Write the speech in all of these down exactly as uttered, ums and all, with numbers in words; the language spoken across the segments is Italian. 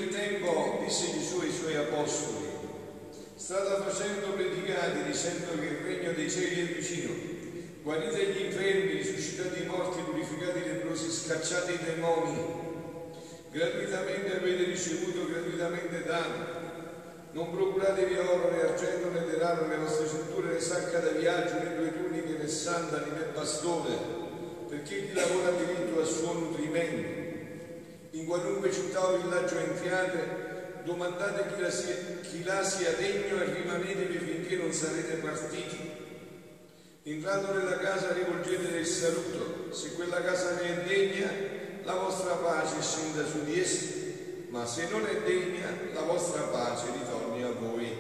quel tempo disse Gesù ai suoi apostoli: strada facendo predicate, dicendo che il regno dei cieli è vicino. Guarite gli infermi, risuscitate i morti, purificate i leprosi, scacciate i demoni. Gratuitamente avete ricevuto, gratuitamente date. Non procuratevi oro né argento né denaro né vostre cinture né sacca da viaggio né due tuniche né sandali né bastone, perché chi lavora diritto al suo nutrimento. In qualunque città o villaggio entriate, domandate chi la sia, chi la sia degno e rimanetevi finché non sarete partiti. Entrando nella casa rivolgete il saluto. Se quella casa ne è degna, la vostra pace scenda su di essa, ma se non è degna, la vostra pace ritorni a voi.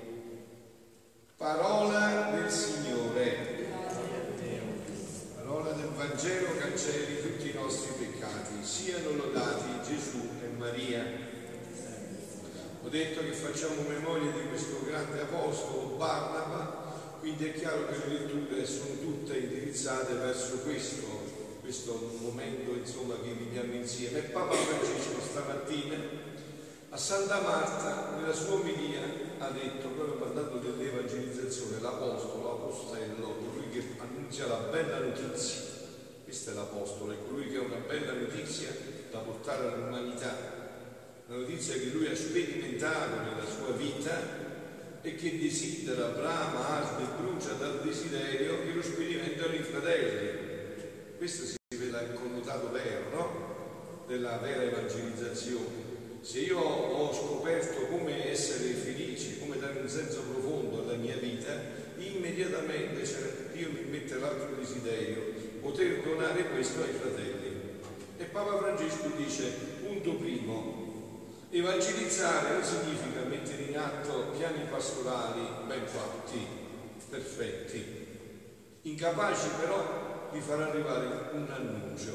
Parola del Signore. Parola del Vangelo cancelli tutti i nostri peccati. Siano lodati Gesù e Maria. Ho detto che facciamo memoria di questo grande apostolo Barnaba. Quindi è chiaro che le letture sono tutte indirizzate verso questo, questo momento insomma, che viviamo insieme. E Papa Francesco stamattina a Santa Marta, nella sua omelia, ha detto, proprio parlando dell'evangelizzazione, l'apostolo, l'apostello, colui che annuncia la bella notizia. Questo è l'apostolo, è colui che ha una bella notizia da portare all'umanità, una notizia che lui ha sperimentato nella sua vita e che desidera, brama, arde e brucia dal desiderio che lo sperimentano i fratelli. Questo si rivela il connotato vero, no? Della vera evangelizzazione. Se io ho scoperto come essere felice, come dare un senso profondo alla mia vita, immediatamente Dio mi mette l'altro desiderio, poter donare questo ai fratelli. E Papa Francesco dice, punto primo, evangelizzare non significa mettere in atto piani pastorali ben fatti, perfetti, incapaci però di far arrivare un annuncio.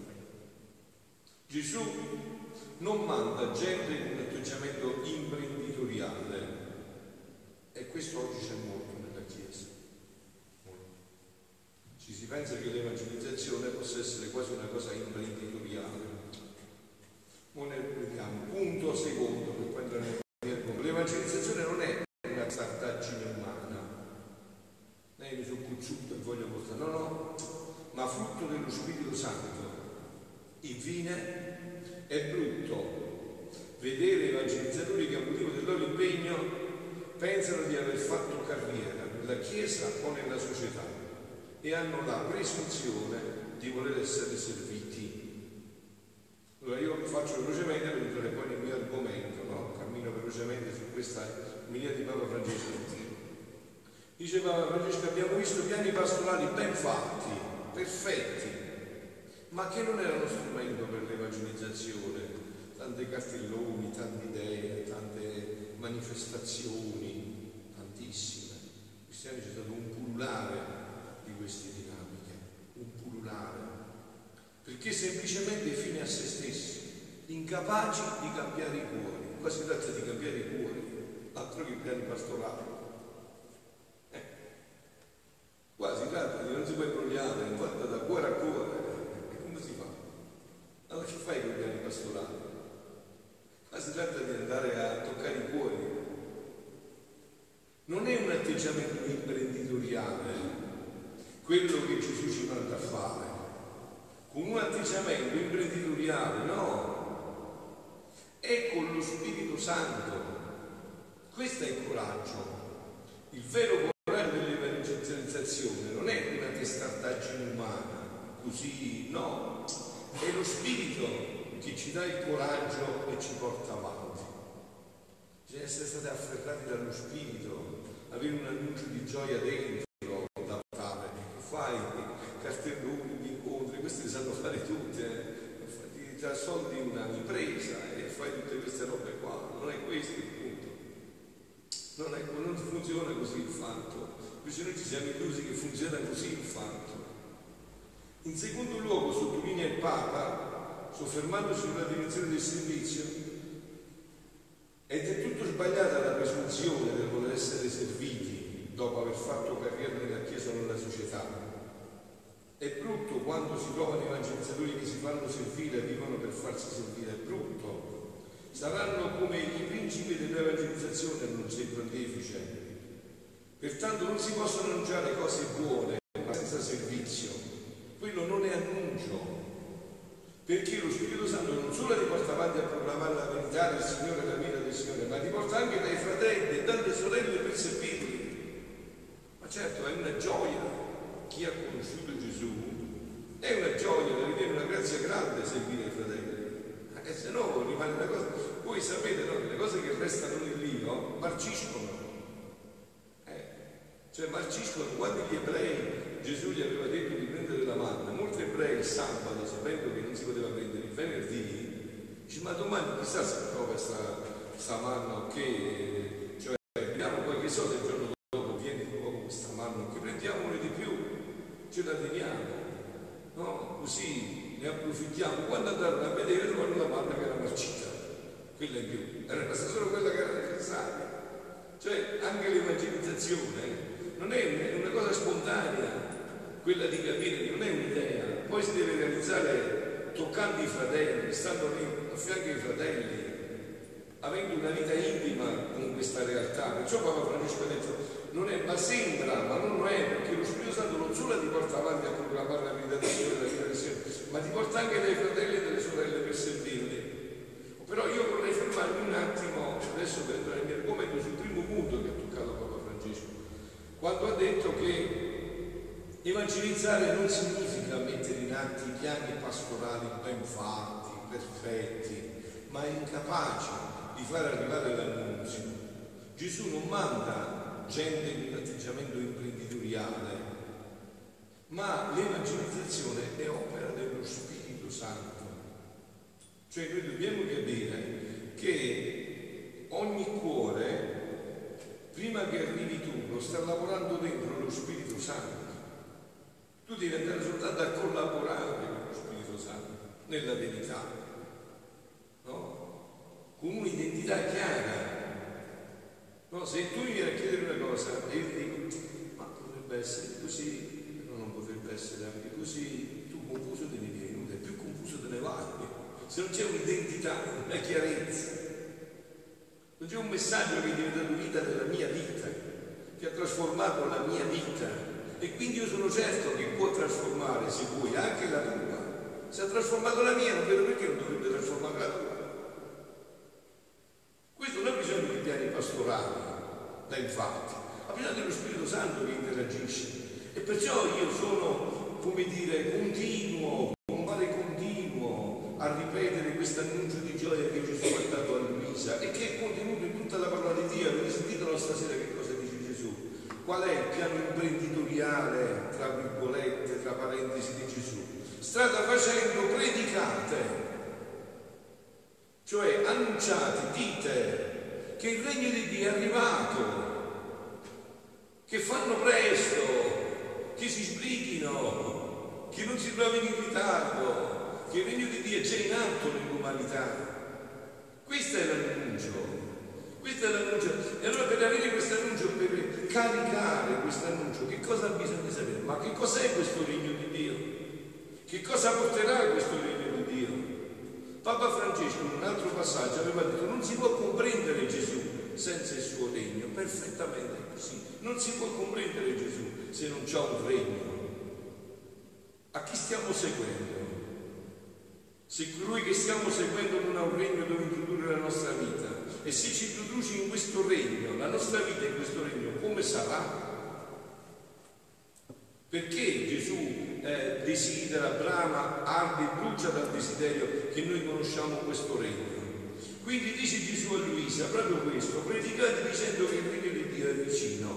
Gesù non manda gente con un atteggiamento imprenditoriale, e questo oggi c'è molto nella Chiesa. Ci si pensa che l'evangelizzazione possa essere quasi una cosa imprenditoriale. Non ne vediamo. Punto secondo, per poi entrare nel punto. L'evangelizzazione non è una startaggine umana. Lei mi sono cucciuto e voglio portare, no, no, ma frutto dello Spirito Santo. Infine, è brutto vedere evangelizzatori che a motivo del loro impegno pensano di aver fatto carriera nella Chiesa o nella società e hanno la presunzione di voler essere serviti. Allora io faccio velocemente per entrare poi nel mio argomento, no? Cammino velocemente su questa omelia di Papa Francesco. Dice Papa Francesco, abbiamo visto piani pastorali ben fatti, perfetti, ma che non erano strumento per l'evangelizzazione. Tante cartelloni, tante idee, tante manifestazioni, tantissime. I cristiani c'è stato un pullulare di queste dinamiche, un pullulare. Perché semplicemente fine a se stessi, incapaci di cambiare i cuori. Qua si tratta di cambiare i cuori, altro che piani pastorali. Eh. Qua si tratta di non si può imbrogliare, infatti da cuore a cuore. E come si fa? Allora che fai con i piani pastorali? Qua si tratta di andare a toccare i cuori. Non è un atteggiamento imprenditoriale quello che Gesù ci manda a fare. Con un atteggiamento imprenditoriale, no, è con lo Spirito Santo. Questo è il coraggio. Il vero coraggio dell'evangelizzazione non è una testardaggine umana, così, no, è lo Spirito che ci dà il coraggio e ci porta avanti. Bisogna essere stati afferrati dallo Spirito, avere un annuncio di gioia dentro da fare. Che fai? Cartelloni, incontri, questi li sanno fare tutte, eh. Ti soldi una impresa e fai tutte queste robe qua, non è questo il punto, non, è, non funziona così il fatto, invece noi ci siamo illusi che funziona così il fatto. In secondo luogo sottolinea il Papa, soffermandosi sulla dimensione del servizio, ed è tutto sbagliata la presunzione del voler essere serviti dopo aver fatto carriera nella Chiesa o nella società. È brutto quando si trovano evangelizzatori che si fanno servire e vivono per farsi servire, è brutto. Saranno come i principi dell'evangelizzazione non sei pontefice. Pertanto non si possono annunciare cose buone ma senza servizio. Quello non è annuncio, perché lo Spirito Santo non solo ti porta avanti a proclamare la verità del Signore e la vita del Signore, ma ti porta anche dai fratelli e dalle sorelle per servirli. Ma certo è una gioia. Chi ha conosciuto Gesù è una gioia, da ritiene una grazia grande servire i fratelli, anche se no rimane una cosa. Voi sapete, no, che le cose che restano nell'io marciscono, eh, cioè marciscono. Quando gli ebrei, Gesù gli aveva detto di prendere la manna, molti ebrei il sabato, sapendo che non si poteva prendere il venerdì, dice: ma domani chissà se trova sta, sta manna, ok, cioè prendiamo qualche soldo, il giorno dopo viene di nuovo questa manna, che prendiamone di più, ce la teniamo, no? Così ne approfittiamo. Quando andarono a vedere trovano la manna che era marcita, quella in più, era rimasta solo quella che era necessaria. Cioè anche l'evangelizzazione non è una cosa spontanea, quella di capire, non è un'idea, poi si deve realizzare toccando i fratelli, stando lì a fianco ai fratelli, avendo una vita intima con questa realtà. Perciò Papa Francesco ha detto: non è, ma sembra, ma non lo è, perché lo Spirito Santo non solo ti porta avanti a proclamare la vita del Signore, la vita del Signore, ma ti porta anche dai fratelli e dalle sorelle per servirli. Però io vorrei fermarmi un attimo adesso per entrare nel mio argomento sul primo punto che ha toccato Papa Francesco, quando ha detto che evangelizzare non significa mettere in atto i piani pastorali ben fatti, perfetti, ma incapaci di far arrivare l'annunzio. Gesù non manda gente in un atteggiamento imprenditoriale, ma l'evangelizzazione è opera dello Spirito Santo. Cioè noi dobbiamo capire che ogni cuore, prima che arrivi tu, lo sta lavorando dentro lo Spirito Santo. Tu devi andare soltanto a collaborare con lo Spirito Santo nella verità, no? Con un'identità chiara. No, se tu mi vieni a chiedere una cosa e io ti dico: ma potrebbe essere così, no, non potrebbe essere anche così, tu confuso te ne vieni, è più confuso te ne vai. Se non c'è un'identità, una chiarezza, non c'è un messaggio che è diventato vita della mia vita, che ha trasformato la mia vita. E quindi io sono certo che può trasformare, se vuoi, anche la tua. Se ha trasformato la mia, non vedo perché non dovrebbe trasformare la tua. Questo non ha bisogno di piani pastorali, da infatti, ha bisogno dello Spirito Santo che interagisce. E perciò io sono, come dire, continuo, con male continuo, a ripetere questo annuncio di gioia che Gesù ha dato a Luisa e che è contenuto in tutta la parola di Dio. Avete sentito stasera che cosa dice Gesù? Qual è il piano imprenditoriale, tra virgolette, tra parentesi, di Gesù? Strada facendo, predicate, cioè annunciate, dite che il regno di Dio è arrivato, che fanno presto, che si sbrighino, che non si trovino in ritardo, che il regno di Dio è già in atto nell'umanità. Questo è l'annuncio. Questo è l'annuncio. E allora per avere questo annuncio, per caricare questo annuncio, che cosa bisogna sapere? Ma che cos'è questo regno di Dio? Che cosa porterà questo regno di Dio? Papa Francesco in un altro passaggio aveva detto: non si può comprendere Gesù senza il suo regno. Perfettamente così. Non si può comprendere Gesù se non c'è un regno. A chi stiamo seguendo? Se colui che stiamo seguendo non ha un regno dove introdurre la nostra vita, e se ci introduci in questo regno, la nostra vita in questo regno, come sarà? Perché Gesù eh, desidera, brama, arde e brucia dal desiderio che noi conosciamo questo regno? Quindi dice Gesù a Luisa proprio questo: predicate dicendo che il regno di Dio è vicino.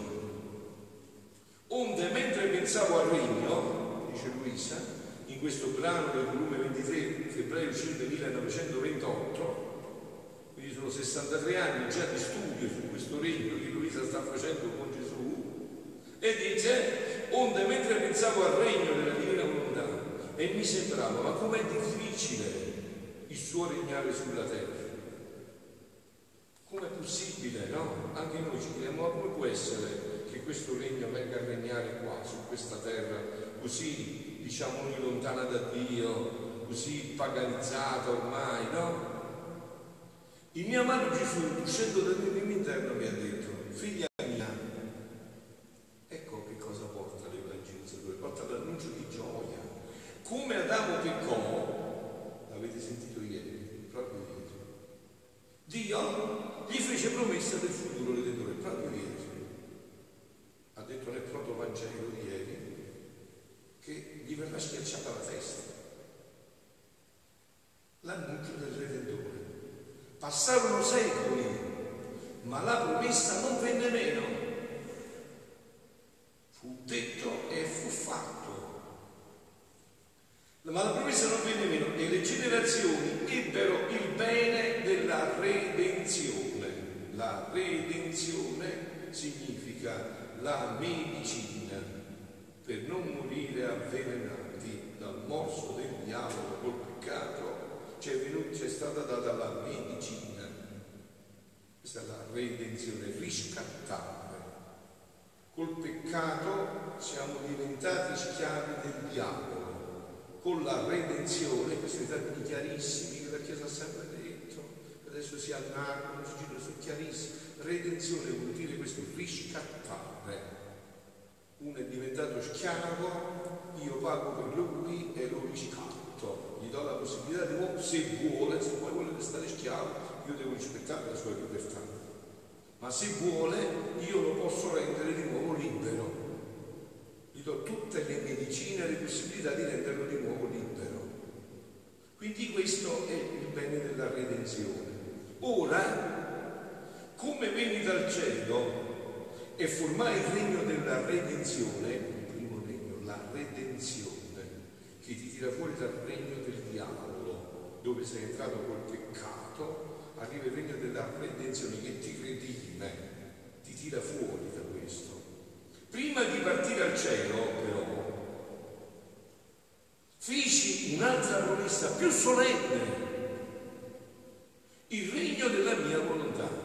Onde mentre pensavo al regno, dice Luisa, in questo brano del volume ventitré, febbraio cinque millenovecentoventotto, quindi sono sessantatré anni già di studio su questo regno che Luisa sta facendo con Gesù, e dice: onde mentre pensavo al regno della divina volontà, e mi sembrava, ma com'è difficile il suo regnare sulla terra. Com'è possibile, no? Anche noi ci chiediamo: ma come può essere che questo regno venga a regnare qua, su questa terra, così, diciamo, noi lontana da Dio, così paganizzata ormai, no? Il mio amato Gesù, uscendo dal mio interno, mi ha detto: figlia mia, ecco che cosa porta l'Evangelizzatore, porta l'annuncio di gioia. Come Adamo peccò, l'avete sentito ieri, proprio ieri, Dio gli fece promessa del futuro redentore, proprio ieri. Ha detto nel protovangelo di ieri che gli verrà schiacciata la testa. L'annuncio del Redentore. Passarono secoli, ma la promessa non venne meno. Fu detto e fu fatto. Ma la promessa non venne meno e le generazioni ebbero il bene della redenzione. La redenzione significa la medicina per non morire avvelenati dal morso del diavolo col peccato. C'è, venuto, c'è stata data la medicina, questa è la redenzione, riscattare. Col peccato siamo diventati schiavi del diavolo, con la redenzione, questi termini chiarissimi che la Chiesa ha sempre detto, adesso si allargano, sono chiarissimi. Redenzione vuol dire questo, riscattare. Uno è diventato schiavo, io pago per lui e lo riscatto, gli do la possibilità di nuovo, se vuole, se poi vuole restare schiavo, io devo rispettare la sua libertà, ma se vuole io lo posso rendere di nuovo libero, gli do tutte le medicine e le possibilità di renderlo di nuovo libero. Quindi questo è il bene della redenzione. Ora, come venni dal cielo e formai il regno della redenzione, il primo regno, la redenzione, che ti tira fuori dal regno del diavolo, dove sei entrato col peccato, arriva il regno della redenzione che ti redime, ti tira fuori da questo. Prima di partire al cielo, però, feci un'altra promessa più solenne, il regno della mia volontà.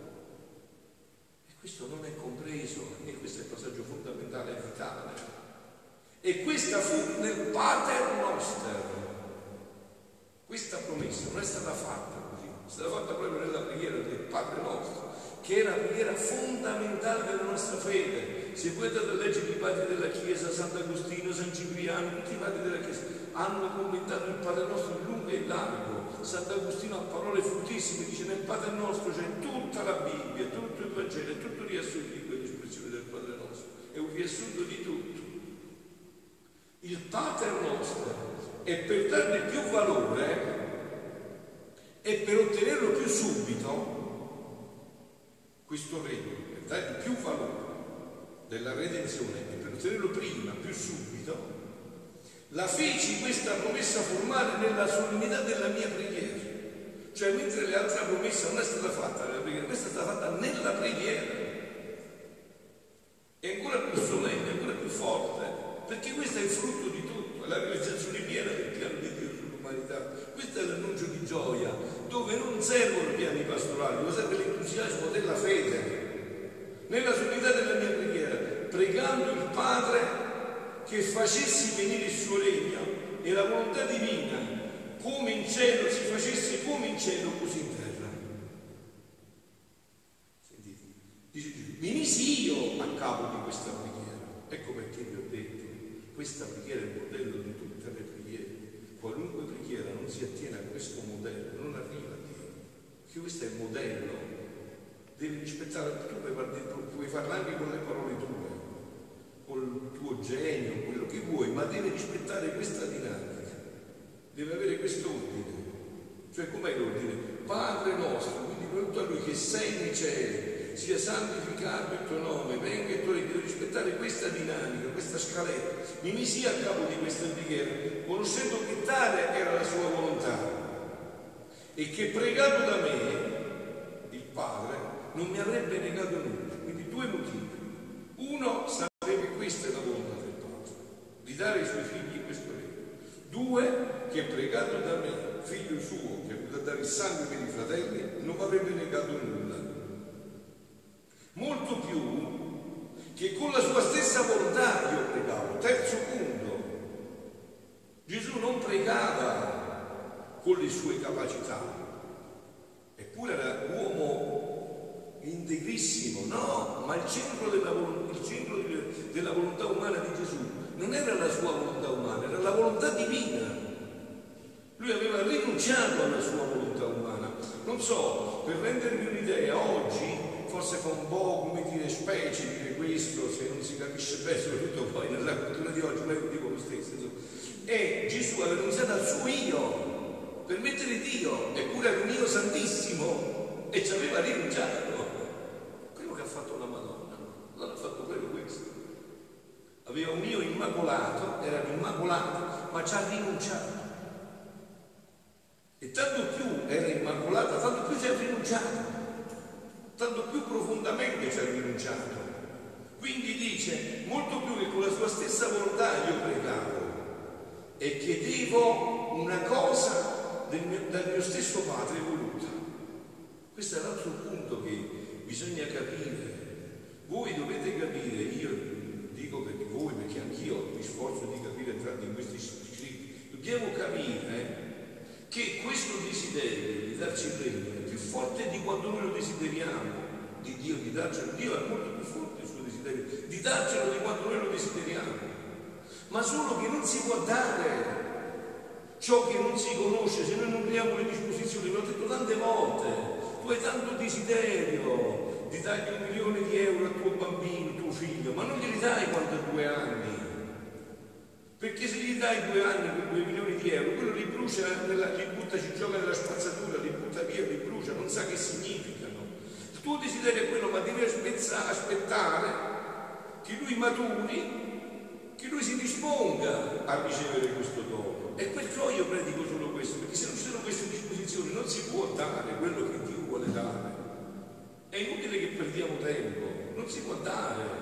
Questo non è compreso e questo è il passaggio fondamentale e vitale. E questa fu nel Pater Noster. Questa promessa non è stata fatta così, è stata fatta proprio nella preghiera del Padre Nostro, che è la preghiera fondamentale della nostra fede. Se voi andate a leggere i padri della Chiesa, Sant'Agostino, San Cipriano, tutti i padri della Chiesa hanno commentato il Padre Nostro in lungo e in largo. Sant'Agostino ha parole fortissime, dice: nel Padre Nostro c'è tutta la Bibbia, tutto il Vangelo, è tutto riassunto in quell'espressione del Padre Nostro, è un riassunto di tutto. Il Pater Nostro è per darne più valore e per ottenerlo più subito, questo regno, per dargli più valore della redenzione e per ottenerlo prima, più subito, la feci questa promessa formale nella solennità della mia preghiera. Cioè, mentre l'altra promessa non è stata fatta nella preghiera, questa è stata fatta nella preghiera. È ancora più solenne, ancora più forte, perché questo è il frutto di tutto, è la realizzazione piena del piano di Dio sull'umanità. Questo è l'annuncio di gioia, dove non servono piani pastorali, dove serve l'entusiasmo della fede. Nella solennità della mia preghiera, pregando il Padre che facessi venire il suo regno e la volontà divina, come in cielo si facesse, come in cielo così in terra. Sentite, dice Gesù, mi misi io a capo di questa preghiera. Ecco perché vi ho detto, questa preghiera è il modello di tutte le preghiere. Qualunque preghiera non si attiene a questo modello non arriva a Dio, perché questo è il modello. Devi rispettare, tu puoi, puoi farlo anche con le parole tue, col tuo genio, quello che vuoi, ma deve rispettare questa dinamica, deve avere quest'ordine. Cioè, com'è l'ordine? Padre nostro, quindi pronto a lui che sei nei cieli, sia santificato il tuo nome, venga il tuo regno. Deve rispettare questa dinamica, questa scaletta. Mi misi a capo di questa preghiera, conoscendo che tale era la sua volontà e che pregato da me, il Padre, non mi avrebbe negato nulla. Quindi due motivi. Uno, sapeva che questa è la volontà del Padre, di dare ai suoi figli questo regno. Due, che pregato da me, figlio suo, che ha voluto dare il sangue per i fratelli, non mi avrebbe negato nulla. Molto più che con la sua stessa volontà io pregavo. Terzo punto, Gesù non pregava con le sue capacità, è eppure era uomo integrissimo, no, ma il centro della, il centro della volontà umana di Gesù non era la sua volontà umana, era la volontà divina. Lui aveva rinunciato alla sua volontà umana. Non so, per rendervi un'idea, oggi forse fa un po', come dire, specie dire questo, se non si capisce bene, soprattutto poi nella cultura di oggi, ma io dico lo stesso, insomma. E Gesù aveva rinunciato al suo io per mettere Dio, eppure era un Dio santissimo e ci aveva rinunciato. Quello che ha fatto la Madonna, non ha fatto quello questo. Aveva un io immacolato, era immacolato, ma ci ha rinunciato. E tanto più era immacolata, tanto più ci ha rinunciato, tanto più profondamente ci ha rinunciato. Quindi dice, molto più che con la sua stessa volontà io pregavo e chiedevo una cosa del mio, dal mio stesso Padre voluta. Questo è l'altro punto che bisogna capire. Voi dovete capire, io dico perché voi, perché anch'io mi sforzo di capire entrando in questi scritti, dobbiamo capire che questo desiderio di darci il regno è più forte di quanto noi lo desideriamo, di Dio, di darcelo. Dio è molto più forte il suo desiderio di darcelo di quanto noi lo desideriamo, ma solo che non si può dare ciò che non si conosce se noi non creiamo le disposizioni. L'ho detto tante volte, tu hai tanto desiderio di dargli un milione di euro al tuo bambino, tuo figlio, ma non glieli dai quando ha due anni. Perché se gli dai due anni per due milioni di euro, quello li brucia, nella, li butta, ci gioca nella spazzatura, li butta via, li brucia, non sa che significano. Il tuo desiderio è quello, ma devi aspettare che lui maturi, che lui si disponga a ricevere questo dono. E perciò io predico solo questo, perché se non ci sono queste disposizioni non si può dare quello che Dio vuole dare. È inutile che perdiamo tempo, non si può dare.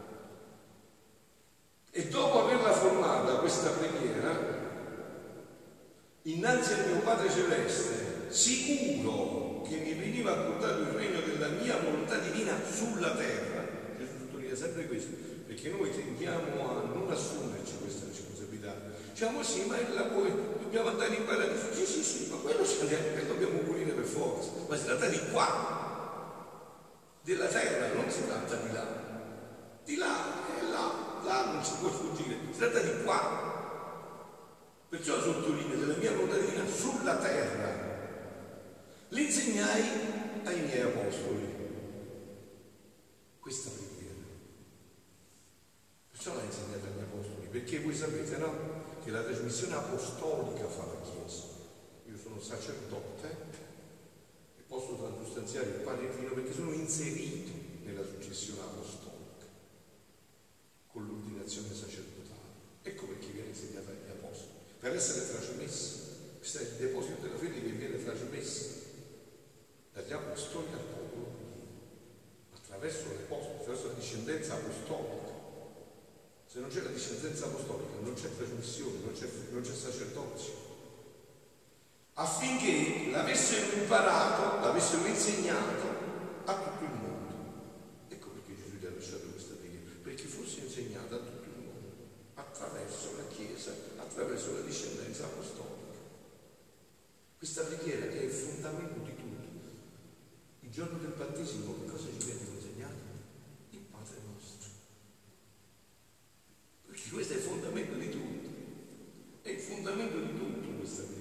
E dopo averla formata questa preghiera, innanzi al mio Padre Celeste, sicuro che mi veniva accordato il regno della mia volontà divina sulla terra. Gesù sottolinea sempre questo, perché noi tendiamo a non assumerci questa responsabilità. Diciamo sì, ma è là poi dobbiamo andare in paradiso. Sì, sì, sì, ma quello che dobbiamo morire per forza. Ma si tratta di qua, della terra, non si tratta di là. Di là è là. Là non si può sfuggire, si tratta di qua. Perciò sottolineo della mia volontà divina sulla terra. L'insegnai ai miei apostoli questa preghiera. Perciò l'ha insegnata ai miei apostoli, perché voi sapete, no? Che la trasmissione apostolica fa la Chiesa. Io sono sacerdote e posso transustanziare il pane e il vino perché sono inserito nella successione apostolica con l'ordinazione sacerdotale. Ecco perché viene insegnata agli apostoli, per essere trasmessa. Questo è il deposito della fede che viene trasmessa dagli apostoli al popolo attraverso le apostoli, attraverso la discendenza apostolica. Se non c'è la discendenza apostolica non c'è trasmissione, non c'è, non c'è sacerdozio. Affinché l'avessero imparato, l'avessero insegnato a tutto il mondo. Ecco perché Gesù gli ha lasciato questa preghiera, perché fosse insegnata a tutto il mondo attraverso la Chiesa, attraverso la discendenza apostolica. Questa preghiera che è il fondamento di tutto. Il giorno del battesimo che cosa ci viene consegnato? Il Padre nostro. Perché questo è il fondamento di tutto. È il fondamento di tutto questa preghiera.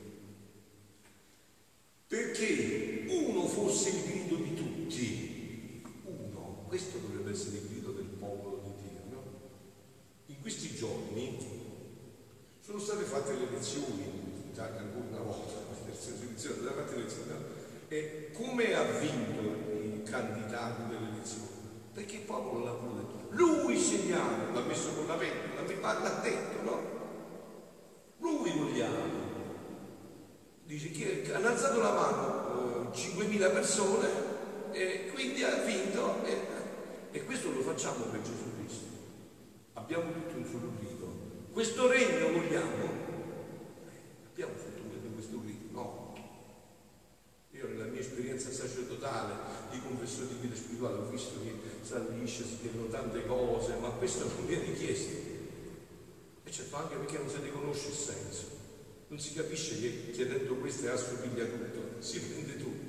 Perché uno fosse il grido di tutti. Uno. Questo dovrebbe essere il grido del popolo di Dio, no? In questi giorni sono state fatte le elezioni, in Italia ancora una volta, le elezioni, sono fatte le elezioni, no? E come ha vinto il candidato delle elezioni? Perché il popolo l'ha voluto. Lui segnale, l'ha messo con la penna, l'ha detto, no? Lui vogliamo. Dice che hanno alzato la mano eh, cinquemila persone e quindi ha vinto e, e questo lo facciamo per Gesù Cristo. Abbiamo tutto un solo grido. Questo regno vogliamo? Abbiamo fatto questo grido? No. Io nella mia esperienza sacerdotale di confessione di vita spirituale ho visto che sallisce, si chiedono tante cose, ma questo non viene chiesto. E certo anche perché non se ne conosce il senso. Non si capisce che chiedendo questo assomiglia tutto, si prende tutto.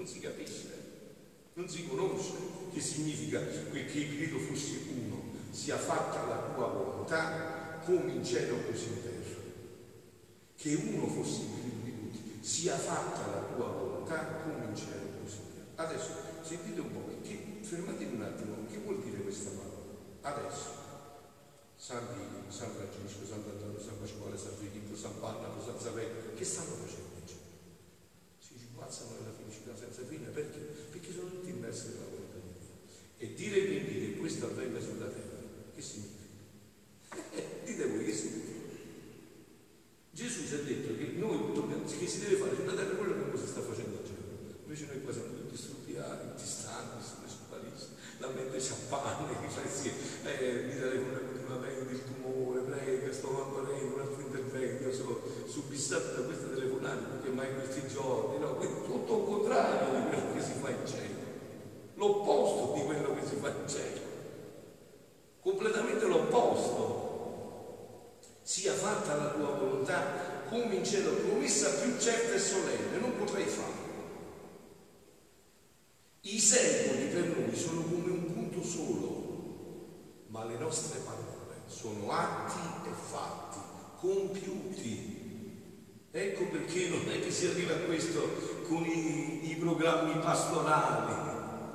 non si capisce, non si conosce che significa che il credo fosse uno, sia fatta la tua volontà come in cielo così in terra. Che uno fosse il credo di tutti, sia fatta la tua volontà come in cielo così in terra. Adesso sentite un po', che, fermatevi un attimo, che vuol dire questa parola? Adesso San Vito, San Francesco, Sant'Antonio, San Pasquale, San Filippo, San Barnabo, San Saverio, che stanno facendo in cielo? Si sguazzano nella felicità senza fine, perché? Perché sono tutti immersi nella volontà di Dio. E dire quindi che questo avvenga sulla terra, che significa? Dite voi che significa? Gesù ci ha detto che noi dobbiamo, che si deve fare sulla terra quello che si sta facendo a cielo. Invece noi qua siamo tutti studiati, tutti stanchi, sulle spaliste, la mente sciappane, che fa sì, eh, mi telefona continuamente il tumore, prega, sto morendo, un altro intervento, io sono subissato da queste telefonate perché mai questi giorni, no? Quindi tutto il contrario di quello che si fa in cielo, l'opposto di quello che si fa in cielo, completamente l'opposto. Sia fatta la tua volontà come in cielo, promessa più certa e solenne, non potrai farlo. I secoli per noi sono come un punto solo, ma le nostre parole sono atti e fatti compiuti. Ecco perché non è che si arriva a questo con i, i programmi pastorali.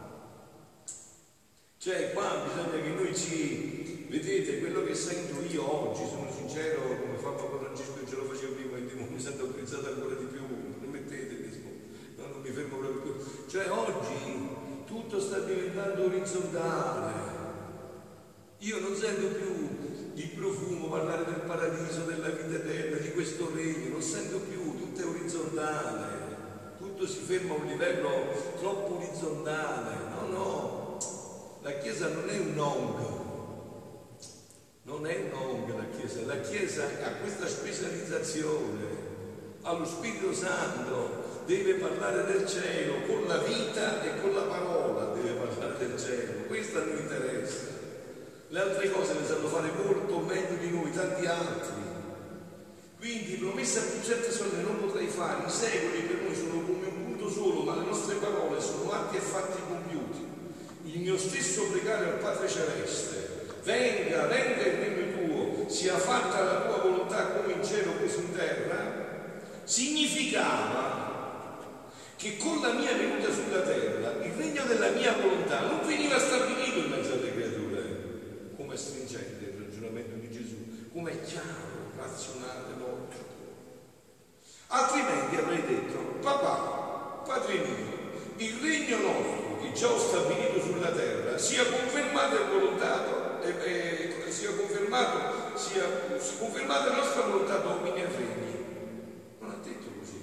Cioè qua bisogna che noi ci, vedete, quello che sento io oggi, sono sincero, come fa Papa Francesco, ce lo facevo prima, quindi mi sento autorizzato ancora di più, permettete, no, non mi fermo proprio più. Cioè oggi tutto sta diventando orizzontale. Io non sento più il profumo parlare del paradiso, della vita eterna, di questo regno, non sento più, tutto è orizzontale, tutto si ferma a un livello troppo orizzontale. No, no. La Chiesa non è un ong, non è un ong la Chiesa, la Chiesa ha questa specializzazione, ha lo Spirito Santo, deve parlare del cielo, con la vita e con la parola deve parlare del cielo, questo a noi interessa. Le altre cose le sanno fare molto meglio di noi, tanti altri. Quindi promessa più certa solenne non potrai fare, i secoli per noi sono come un punto solo, ma le nostre parole sono atti e fatti compiuti. Il mio stesso pregare al Padre Celeste, venga, venga il regno tuo, sia fatta la tua volontà come in cielo così in terra, significava che con la mia venuta sulla terra il regno della mia volontà non veniva stabilito in mezzo alle creature. Come è stringente il ragionamento di Gesù, come è chiaro, razionale, logico. Altrimenti avrei detto, papà, Padre mio, il regno nostro che già ho stabilito sulla terra sia confermato e volontato, e, e, sia confermato, sia confermata la nostra volontà domini e regni. Non ha detto così.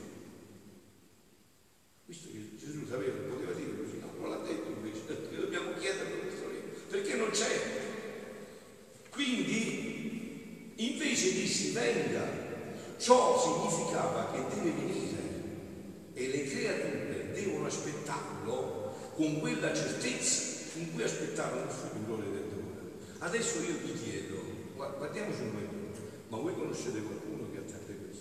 Visto che Gesù sapeva, poteva dire così, no, non l'ha detto invece, perché dobbiamo chiedere questo regno, perché non c'è. Quindi, invece dissi venga, ciò significava che deve venire e le creature devono aspettarlo con quella certezza con cui aspettavano il futuro redentore. Adesso io vi chiedo, guardiamoci un momento, ma voi conoscete qualcuno che attende questo?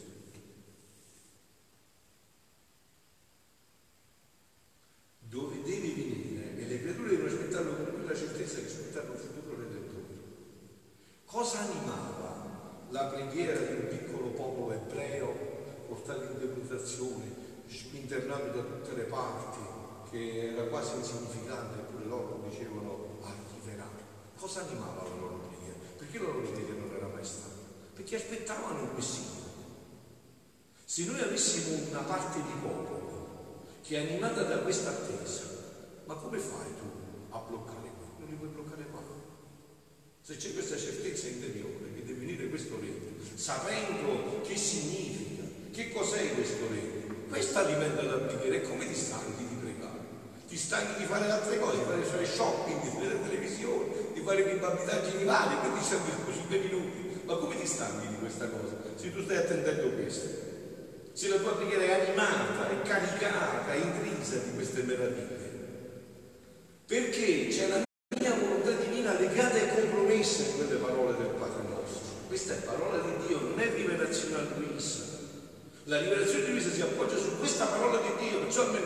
Dove deve venire e le creature devono aspettarlo con quella certezza che aspettavano il futuro redentore. Cosa animava la preghiera di un piccolo popolo ebreo portato in deportazione, spinternato da tutte le parti, che era quasi insignificante, eppure loro dicevano arriverà. Cosa animava la loro preghiera? Perché la loro preghiera non era mai stata? Perché aspettavano un Messia. Se noi avessimo una parte di popolo che è animata da questa attesa, ma come fai tu a bloccare qui? Non li puoi bloccare qua. Se c'è questa certezza interiore che deve venire questo regno, sapendo che significa, che cos'è questo regno, questo alimenta la preghiera. E come ti stanchi di pregare? Ti stanchi di fare altre cose, di fare shopping, di vedere televisione, di fare rimbambitaggi animali, quindi serve cinque minuti. Ma come ti stanchi di questa cosa? Se tu stai attendendo questo, se la tua preghiera è animata, è caricata, è intrisa di queste meraviglie, perché c'è la mia volontà divina legata e compromessa in quelle parole del Padre nostro. Questa è parola di Dio, non è rivelazione a Luisa. La rivelazione di Luisa si appoggia su questa parola di Dio, perciò almeno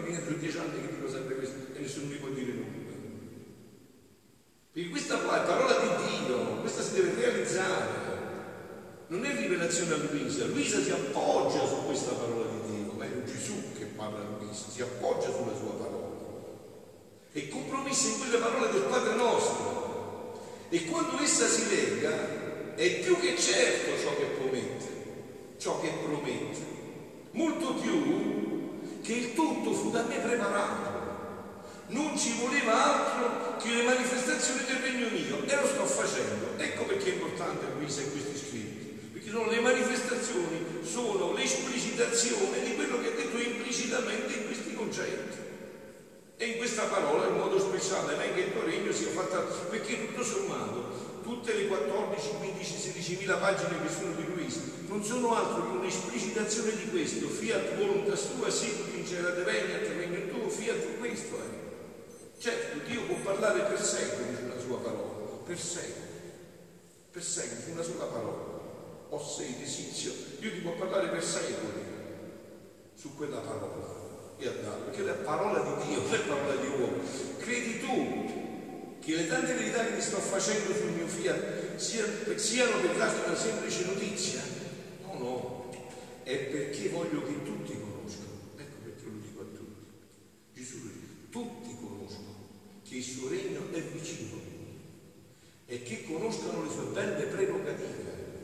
praticamente sono dieci anni che dico sempre questo e nessuno mi può dire nulla. Perché questa qua è parola di Dio, questa si deve realizzare. Non è rivelazione a Luisa, Luisa si appoggia su questa parola di Dio, ma è Gesù che parla a Luisa, si appoggia sulla sua parola. È compromessa in quelle parole del Padre nostro. E quando essa si lega, è più che certo ciò che promette, ciò che promette, molto più che il tutto fu da me preparato. Non ci voleva altro che le manifestazioni del regno mio, e lo sto facendo. Ecco perché è importante Luisa in questi scritti, perché sono le manifestazioni, sono l'esplicitazione di quello che ha detto implicitamente in questi concetti. E in questa parola in modo speciale venga il tuo regno sia fatta, perché tutto sommato tutte le quattordici, quindici, sedicimila pagine che sono di Luisa non sono altro che un'esplicitazione di questo: fiat voluntas tua sicut in cielo regnat regnum tuo, fiat questo è. Certo, Dio può parlare per secoli sulla sua parola, per secoli, per secoli, su una sola parola. Ossei, Desizio, Dio ti può parlare per secoli su quella parola. E andare, perché è la parola di Dio, non è parola di uomo. Credi tu che le tante verità che ti sto facendo sul mio fiat siano, siano per darti una semplice notizia? No, no, è perché voglio che tutti conoscano. Ecco perché lo dico a tutti. Gesù lo dice, tutti conoscono che il suo regno è vicino e che conoscano le sue belle prerogative.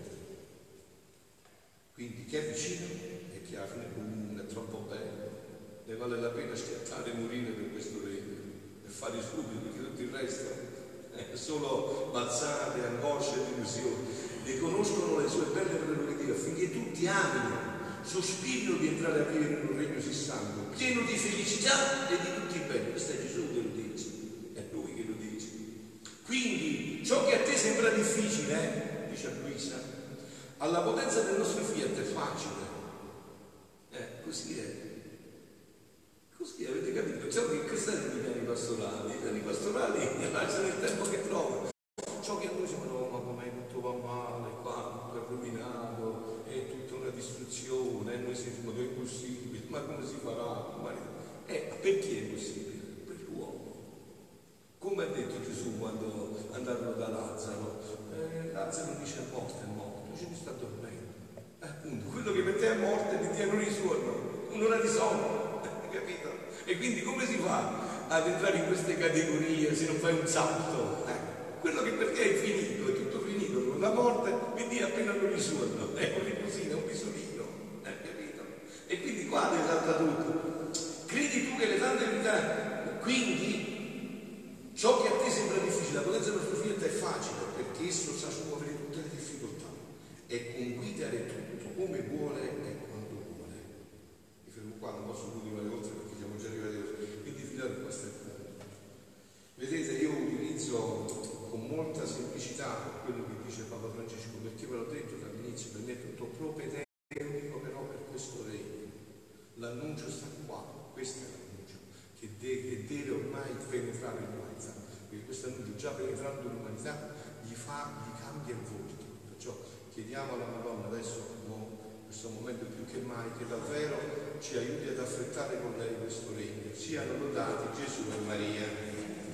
Quindi chi è vicino è che alla fine non è troppo bello, ne vale la pena schiattare e morire per questo regno e fare subito, perché tutto il resto è solo balzate, angosce e delusioni. Ne conoscono le sue belle prerogative affinché tutti amino, sospirino di entrare a vivere in un regno sì santo, pieno di felicità e di tutti i beni. Questo è Gesù che lo dice, è Lui che lo dice. Quindi ciò che a te sembra difficile, eh, dice a Luisa, alla potenza del nostro fiat è facile. Eh, così è. Così avete capito? Ciò che questi sono i piani pastorali, i piani pastorali lasciano il tempo che trovano. Ciò che a noi sembra, no, ma come tutto va male, qua tutto è rovinato, è tutta una distruzione, e noi siamo, ma è impossibile, ma come si farà? Ma... Eh, perché è possibile? Per l'uomo. Come ha detto Gesù quando andarono da Lazzaro? Eh, Lazzaro dice è morto, è morto, dice mi sta dormendo. Eh, appunto, quello che per te è morto per te non risorno, un'ora di sonno. Capito? E quindi come si fa ad entrare in queste categorie se non fai un salto? Eh, quello che per te è finito, è tutto finito, con la morte, quindi appena non risorno, è un riposino, è un bisolino, eh, capito? E quindi qua esalta tutto. Credi tu che le tante verità, quindi ciò che a te sembra difficile, la potenza del nostro figlio è facile, perché esso sa smuovere tutte le difficoltà e conquistare tutto come vuole e quando vuole. Mi fermo qua, non posso continuare oltre perché siamo già arrivati oltre, quindi fidate, questo è il punto. Vedete, io utilizzo con molta semplicità quello che dice Papa Francesco, perché ve l'ho detto dall'inizio, per me è tutto propedeutico però per questo regno. L'annuncio sta qua, questo è l'annuncio che, de- che deve ormai penetrare l'umanità, perché questo annuncio già penetrando l'umanità gli fa, gli cambia il volto. Perciò chiediamo alla Madonna adesso, no, in questo momento più che mai, che davvero ci aiuti ad affrettare con lei questo regno. Siano lodati Gesù e Maria.